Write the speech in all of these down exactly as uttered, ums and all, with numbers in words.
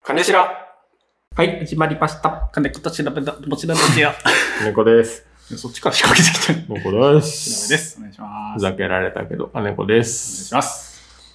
金しら。はい、始まりました。金子と調べた、もちろんですよ。 猫です。 そっちから仕掛けてきてる。 猫です。 調べです。お願いします。 ふざけられたけど、猫です。 お願いします。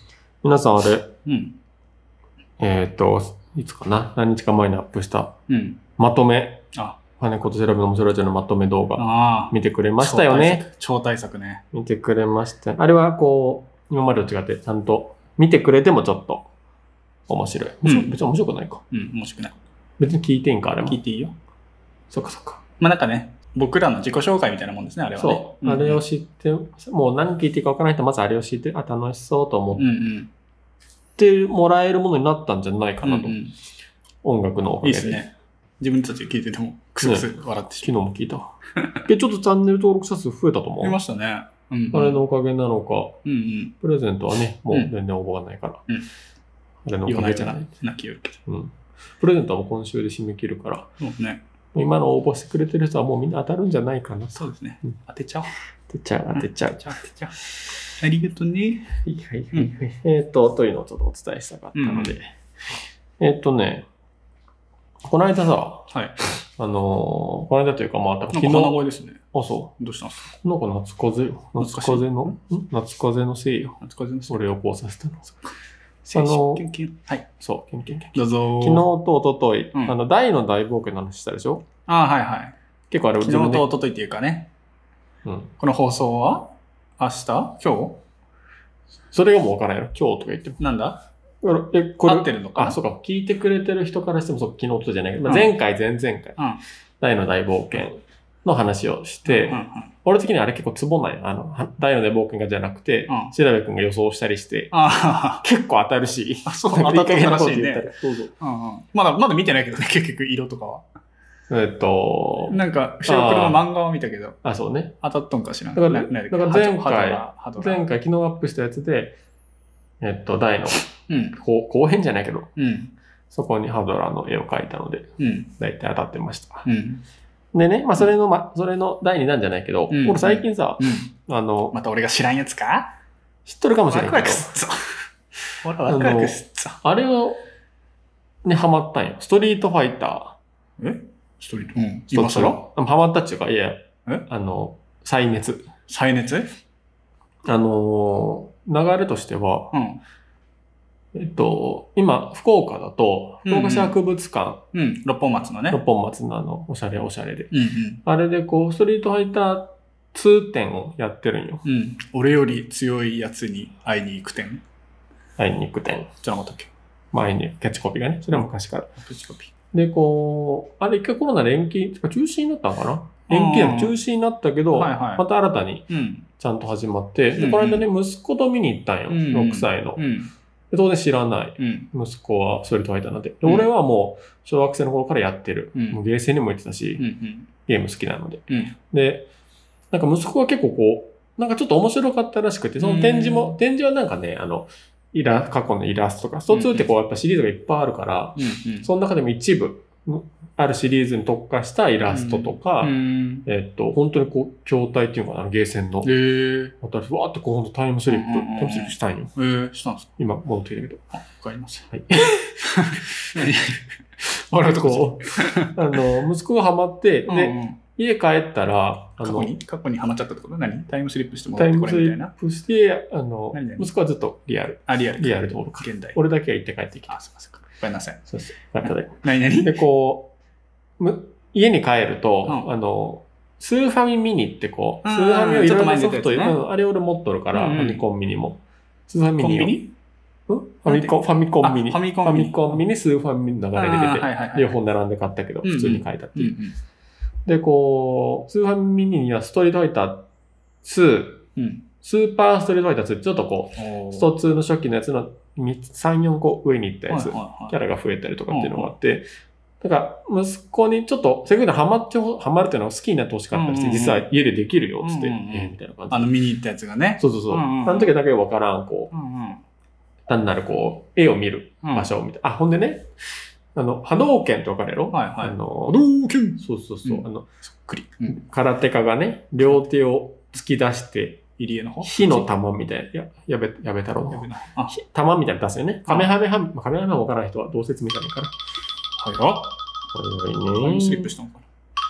皆さんあれ、 うん。 えっと、いつかな何日か前にアップした、 うん。 まとめ。 あ、 猫と調べの面白いラジオのまとめ動画。 ああ。 見てくれましたよね。 超大作ね。 見てくれました。あれはこう、今までと違ってちゃんと見てくれてもちょっと面白い。うん、別に面白くないか。 うん、面白くない。 別に聞いていいんか、あれも。 聞いていいよ。 そっかそっか。 まあなんかね、僕らの自己紹介みたいなもんですね、あれはね。 そう。うんうん、あれを知って、もう何聞いていいか分からない人はまずあれを知って、あ、楽しそうと思ってもらえるものになったんじゃないかなと。うんうん、音楽のおかげで。 いいですね。自分たちで聞いててもクスクス笑ってしまう。 ね、昨日も聞いた。で、ちょっとチャンネル登録者数増えたと思う。 増えましたね。うんうん、 あれのおかげなのか、 うんうん、 プレゼントはね、もう全然応募がないから。うん、あれのおかげじゃない。 なきよるけど。 うん。プレゼントはもう今週で締め切るから。 そうね。 今の応募してくれてる人はもうみんな当たるんじゃないかな。 そうですね。うん、当てちゃおう。 当てちゃう、当てちゃう。 当てちゃう。ありがとうね。 はいはいはい、うん。えっと、というのをちょっとお伝えしたかったので。うん、えっとね、この間さ、 はい。 あのー、この間というかまあ、 昨日。なんか鼻声ですね。 あ、そう。 どうしたんですか？ なんか夏風邪よ。夏風邪の、ん夏風邪のせいよ。 夏風邪のせい。 俺をこうさせたの。 あの、キュンキュン。はい。 そう、キュンキュンキュン。 どうぞ。 昨日と一昨日、うん、あの、大の大冒険の話したでしょ？ ああ、はいはい。 結構あれ、 昨日と一昨日っていうかね。うん。この放送は明日？今日？ それがもうわからないよ。今日とか言っても。 なんだ？ え、これ。 合ってるのかな？ あ、そうか。聞いてくれてる人からしても、そう、昨日とじゃないけど、まあ、前回、前々回、うん、大の大冒険の話をして、うんうん、俺的にはあれ結構ツボない。あの、大の大冒険がじゃなくて、うん、調べくんが予想したりして、結構当たるし。 あ、そう、当たったらしいね。 そうそう。 うんうん。まだ、まだ見てないけどね、結局色とかは。 えっと、 なんか、白黒の漫画を見たけど。 あ、そうね。 当たっとんかしら。 だから、だから前回、前回昨日アップしたやつで、えっと、大の、うん、後編じゃないけど、うん、そこにハドラーの絵を描いたので、うん、だいたい当たってました。うん、でね、まあ、それの、ま、それのだいになんじゃないけど、うん、俺最近さ、うん、あの、 また俺が知らんやつか？ 知っとるかもしれないけど、 ワクワクすっぞ。俺ワクワクすっぞ。 あれを、ね、ハマったんよ。ストリートファイター。えストリート？うん。今更？ ハマったっていうか、いや、えあの、再熱。 再熱？ あのー、流れとしては、うん、えっと、今、福岡だと、福岡市博物館、 うん、うん、六本松のね。 六本松のあの、おしゃれおしゃれで。 うんうん、 あれでこう、ストリートファイターに展をやってるんよ。 うん。俺より強いやつに会いに行く展。 会いに行く展。 じゃなかったっけ？ 前に、キャッチコピーがね。それは昔から。 キャッチコピー。 で、こう、あれ一回コロナで延期、中止になったのかな？延期でも中止になったけど、はいはい、また新たにちゃんと始まって、うん、で、この間ね、息子と見に行ったんよ。うん、ろくさいの。うん、で当然知らない。うん、息子はストリートファイターなんで。で、うん、俺はもう、小学生の頃からやってる。うん、もうゲーセンにも行ってたし、うんうん、ゲーム好きなので、うん。で、なんか息子は結構こう、なんかちょっと面白かったらしくて、その展示も、うん、展示はなんかね、あの、イラ、過去のイラストとか、ストツーってこうやっぱシリーズがいっぱいあるから、うんうん、その中でも一部、あるシリーズに特化したイラストとか、うん、えっと、本当にこう、筐体っていうのかな、ゲーセンの。へー。 私、わーってこう、タイムスリップ、うんうんうん、タイムスリップしたんよ。 へー、したんですか？ 今、戻ってきたけど。 あ、わかります。 はい。 あれこう、あの、息子がハマって、で、うんうん、家帰ったら、 あの、過去に過去にハマっちゃったってこと？何？タイムスリップして戻ってこれみたいな？ タイムスリップして、あの、何々息子はずっとリアル。 あ、リアル。 リアルでおるから。 現代。 俺だけは行って帰ってきた。 あ、すいません。ごめんなさい。 そうそう。後で。 何々？ で、こう、家に帰ると、うん、あの、スーファミミニってこう、スーファミをいろいろなソフト、ね、うん、あれ俺持っとるから、うんうん、ファミコンミニも。スーファミニを。 コンビニ？ ファミコン、ファミコンミニ。 ファミコンミニ。 ファミコンミニ、スーファミミニの流れで出て、はいはいはい、両方並んで買ったけど、普通に買えたっていう。うんうん、で、こう、スーファミミニにはストリートファイターに、うん、スーパーストリートファイターに、ちょっとこう、ストツーの初期のやつのさん、よんこ上に行ったやつ、はいはいはい、キャラが増えたりとかっていうのがあって、だから、息子にちょっと、せっかくでハマって、ハマるっていうのを好きになってほしかったりして、うんうん、実は家でできるよ、つって、うんうんうん、えー、みたいな感じ。 あの見に行ったやつがね。 そうそうそう。うんうん、あの時だけわからん、こう、うんうん、単なるこう、絵を見る場所を見て、うん、あ、ほんでね、あの、波動拳ってわかるやろ？はいはい。あの、 波動拳！ そうそうそう。うん、あの、 そっくり、 うん。空手家がね、両手を突き出して、 入江の方火の玉みたいな。や、やべ、やべ太郎の。あ、玉みたいなの出すよね。カメハメハメ、カメハメハメわからない人はどう説明したらいいかな。 はいよ。はいね。タイムスリップしたのかな。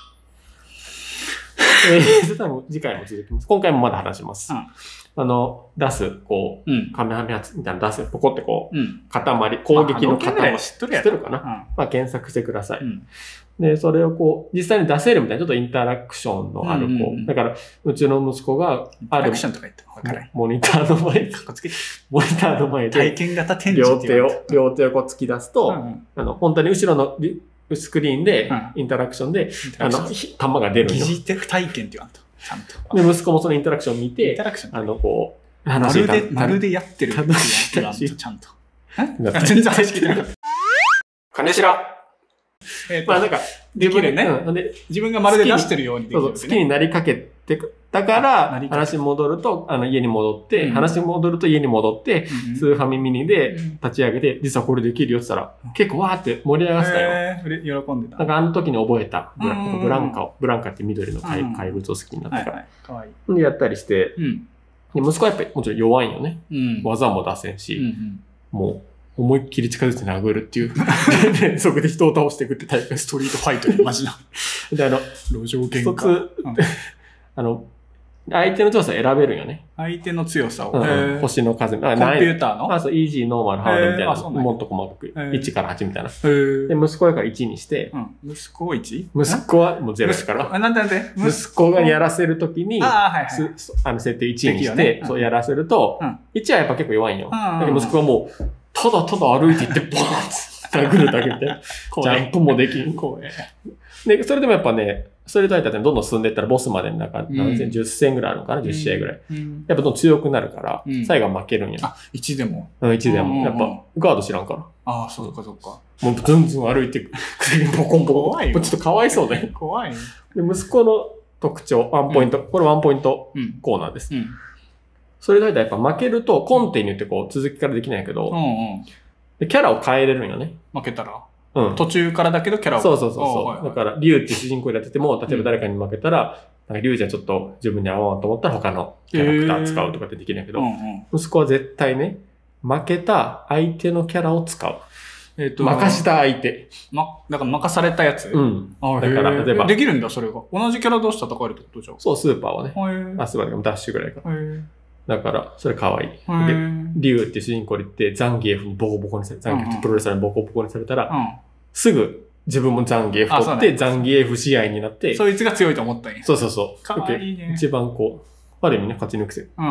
えー、多分次回も続きます。今回もまだ話します。うん、あの、出す、こう、うん、カメハメハみたいなの出す、ポコってこう、うん、塊、攻撃の塊。知っとるやつ。知っとるかな、うん、まあ検索してください。うん、で、それをこう、実際に出せるみたいな、ちょっとインタラクションのある、こう、うんうんうん、だから、うちの息子が、 ある、インタラクションとか言ってわからない。 モニターの前で、モニターの前で、 体験型展示両手を、両手をこう突き出すと、うんうん、あの、本当に後ろの、スクリーンで、インタラクションで、うん、あの、弾が出るんよ。 疑似的体験って言わんと。ちゃんと。 で、息子もそのインタラクションを見て、あの、こう、まるで、まるでやってる。 楽しい。 ちゃんと。全然話聞いてなかった。 金白。 えっと、まあなんか、できるね。うん、で自分がまるで出してるようにできる、ね。 そうそう、好きになりかけて、だから、話戻ると、あの、家に戻って、うん、話戻ると家に戻って、うん、スーファミミニで立ち上げて、実はこれできるよって言ったら、結構わーって盛り上がってたよ。 へー、喜んでた。 なんかあの時に覚えた、ブランカ、ブランカを、ブランカって緑の怪物を好きになったから。はいはい、かわいい。で、やったりして、うん、で息子はやっぱりもちろん弱いんよね。うん、技も出せんし、うんうん、もう、思いっきり近づいて殴るっていう。連続で人を倒していくってタイプ。 ストリートファイトにマジな。 で、あの、 路上喧嘩。 一つ、うん、あの、相手の強さを選べるんよね。 相手の強さを。 うん、星の数。 コンピューターのあ、そう、イージー、ノーマル、ハードみたいな。もっと細かく。いちからはちみたいな。で、息子やからいちにして。 うん、息子を いち？ 息子はもうゼロだから。 なんでなんで息子がやらせるときに、 あ、はいはい、 あの、設定いちにして、ね、うん、そうやらせると、うん、いちはやっぱ結構弱いんよ。だけど息子はもう、ただただ歩いていって、バーンって殴るだけみたいな。ジャンプもできん。 こうで、それでもやっぱね、それといったらどんどん進んでいったらボスまでの中、何戦、じゅっ戦ぐらいあるのかな ?じゅう 試合ぐらい。うん、やっぱどんどん強くなるから、うん、最後は負けるんや。 あ、いちでもうん、いちでも。やっぱ、ガード知らんから。 ああ、そっかそっか。 もうずんずん歩いていく。ボコンボコン。怖いよ。ちょっとかわいそうね。 怖い。 で、息子の特徴、ワンポイント。うん、これワンポイントコーナーです。うん、それといったらやっぱ負けると、コンティニューってこう続きからできないけど、うんうん、でキャラを変えれるんよね。 負けたらうん。 途中からだけどキャラを。 そうそうそうそう、はいはい。だから、リュウって主人公でやってても、例えば誰かに負けたら、うん、なんかリュウじゃちょっと自分に合わんと思ったら他のキャラクター使うとかってできないけど、うんうん、息子は絶対ね、負けた相手のキャラを使う。えっと、任した相手。 ま、だから任されたやつ。 うん。あだから、例えば。 できるんだ、それが。同じキャラ同士戦えるってことじゃん。 そう、スーパーはね。あ、スーパーでもダッシュぐらいか。だから、それ可愛い。で、リュウって主人公で言って、ザンギエフにボコボコにされ、ザンギエフってプロレスラーにボコボコにされたら、うん、すぐ自分もザンギエフ取って、ザンギエフ試合になって。 そいつが強いと思ったんや。 そうそうそう。 かわいいね。 一番こう、ある意味ね、勝ち抜く戦。 うん。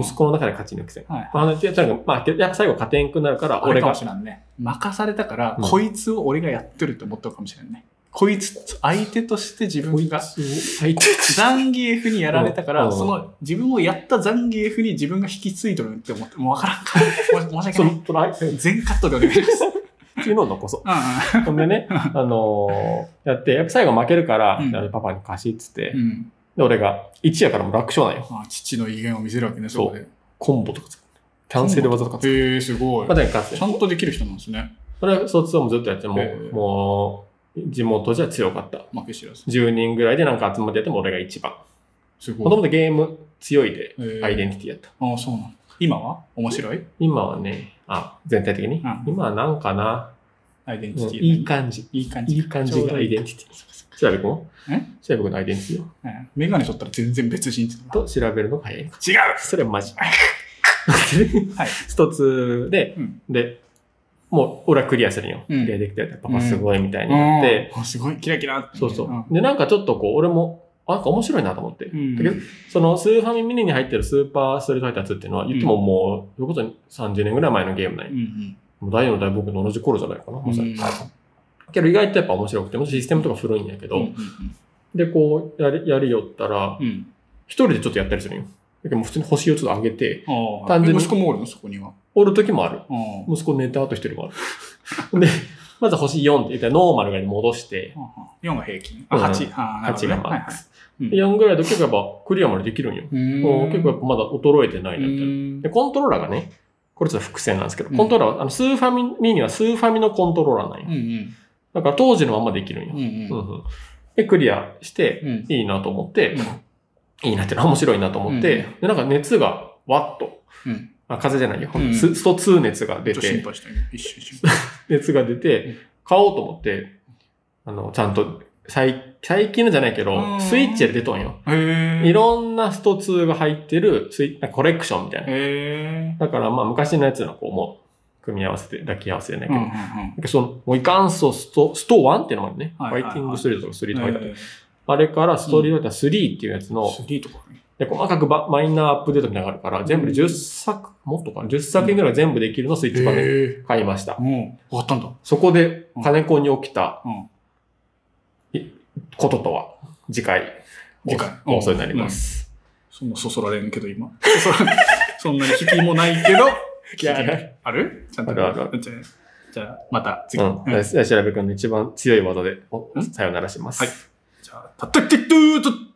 息子の中で勝ち抜く戦。 はい。 まあ、やっぱ、まあ、やっぱ最後勝てんくなるから、 俺が。かもしれんね。任されたから、うん、こいつを俺がやってるって思ったかもしれんね。こいつ、相手として自分が、相手ザンギエフにやられたから、うん、その自分をやったザンギエフに自分が引き継いどるって思って、もうわからんか。申し訳ない。全カットでお願いします。 っていうのを残そう。ほんでね、あのー、やって、やっぱ最後負けるから、うん、パパに貸しっつって、うん、で、俺がいちやからも楽勝なんよ。 ああ父の威厳を見せるわけね、 そう。コンボとか作る。キャンセル技とか作る。へえ、すごい。 まあ、ちゃんとできる人なんですね。 それは卒業もずっとやっても、もう、地元じゃ強かった。 負け知らず。 じゅうにんぐらいでなんか集まってやっても俺が一番。 すごい。 もともとゲーム強いで、アイデンティティやった。 ああ、そうなの。今は面白い？ 今はね、あ、全体的に、うん、今はなんかな、 アイデンティティ、 うん、いい感じ。 いい感じ。 いい感じがアイデンティティ。調べくんえ調べくんのアイデンティティよ。 うん。メガネ取ったら全然別人と調べるのが早い。違うそれはマジ。はい。一つで、うん、で、もう俺はクリアするんよ。クリアできて、パパすごいみたいになって。 うん、すごい、キラキラって。 そうそう、うん。で、なんかちょっとこう、俺も、なんか面白いなと思って。うん、だけど、そのスーファミミニに入ってるスーパーストリートファイターツっていうのは、言ってももう、それこそさんじゅうねんぐらい前のゲームなんよ。うんうん、もう大の大僕と同じ頃じゃないかな、まさに。けど意外とやっぱ面白くて、もシステムとか古いんやけど、うんうんうん、で、こう、やり、やりよったら、一、うん、人でちょっとやったりするんよ。だけどもう普通に星をちょっと上げて、 単純に。息子もおるのそこには。 おる時もある。息子寝た後一人もある。で、まず星よんって言ったらノーマルが戻して、 よんが平均。あ、はち。 はちがマックス。よんぐらいだと結構やっぱクリアまでできるんよ。結構やっぱまだ衰えてないなみたいな。で、コントローラーがね、これちょっと伏線なんですけど、コントローラーは、あの、スーファミにはスーファミのコントローラーなんよ。うんうん、だから当時のままできるんよ。うんうん、で、クリアして、いいなと思って、 いいなっていうのは面白いなと思って、うん、で、なんか熱がワッと、うん、あ、風邪じゃないよ。うん、ス, ストツー熱が出て、 心配したね、一瞬心配熱が出て、買おうと思って、あの、ちゃんと、最, 最近のじゃないけど、スイッチで出とんよ。へいろんなストツーが入ってるスイコレクションみたいな。へだからまあ昔のやつのこうもう組み合わせて、抱き合わせじゃないけど、うんうんうん、そのモイカンソスト、ストワンっていうのもあるね。はいはいはい、ファイティングストリートとかスリーとか入ってる。あれからストリートファイタースリーっていうやつの、 スリーとかね。 で細かくマイナーアップデートみたいなのがあるから、全部でじゅっさく、もっとかな ?じゅっ 作品ぐらい全部できるのスイッチパネル買いました。 うん。終わったんだ。 そこで金子に起きた、うん、こととは、次回、次回放送になります。 うんうん、そんなそそられんけど今。そそらそんなに引きもないけど、 いやあるちゃんとあるある。じゃあ、また次。 うん。じゃあ、調べくんの一番強い技で、さよならします。 はい。じゃあ、たったきてっとーと